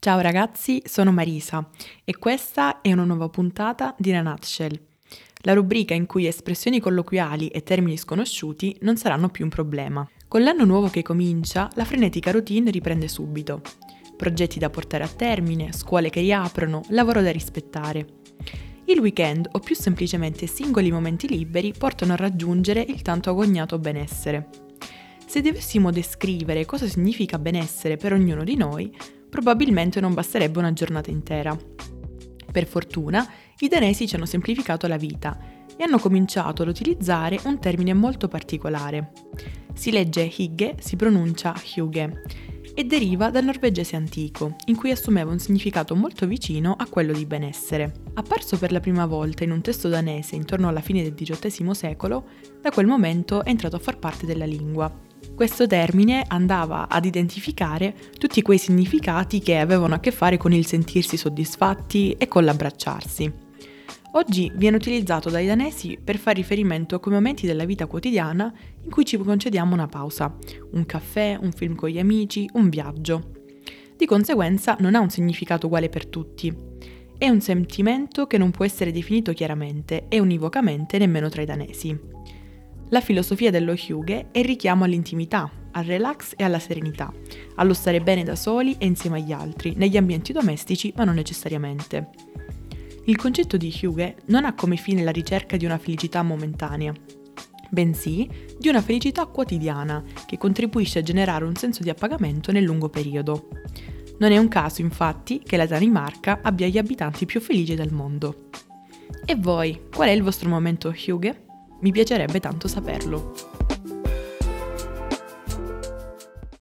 Ciao ragazzi, sono Marisa e questa è una nuova puntata di The Nutshell, la rubrica in cui espressioni colloquiali e termini sconosciuti non saranno più un problema. Con l'anno nuovo che comincia, la frenetica routine riprende subito. Progetti da portare a termine, scuole che riaprono, lavoro da rispettare. Il weekend o più semplicemente singoli momenti liberi portano a raggiungere il tanto agognato benessere. Se dovessimo descrivere cosa significa benessere per ognuno di noi, probabilmente non basterebbe una giornata intera. Per fortuna, i danesi ci hanno semplificato la vita e hanno cominciato ad utilizzare un termine molto particolare. Si legge hygge, si pronuncia hygge e deriva dal norvegese antico, in cui assumeva un significato molto vicino a quello di benessere. Apparso per la prima volta in un testo danese intorno alla fine del XVIII secolo, da quel momento è entrato a far parte della lingua. Questo termine andava ad identificare tutti quei significati che avevano a che fare con il sentirsi soddisfatti e con l'abbracciarsi. Oggi viene utilizzato dai danesi per fare riferimento a quei momenti della vita quotidiana in cui ci concediamo una pausa, un caffè, un film con gli amici, un viaggio. Di conseguenza non ha un significato uguale per tutti. È un sentimento che non può essere definito chiaramente e univocamente nemmeno tra i danesi. La filosofia dello hygge è il richiamo all'intimità, al relax e alla serenità, allo stare bene da soli e insieme agli altri, negli ambienti domestici ma non necessariamente. Il concetto di hygge non ha come fine la ricerca di una felicità momentanea, bensì di una felicità quotidiana che contribuisce a generare un senso di appagamento nel lungo periodo. Non è un caso, infatti, che la Danimarca abbia gli abitanti più felici del mondo. E voi, qual è il vostro momento hygge? Mi piacerebbe tanto saperlo.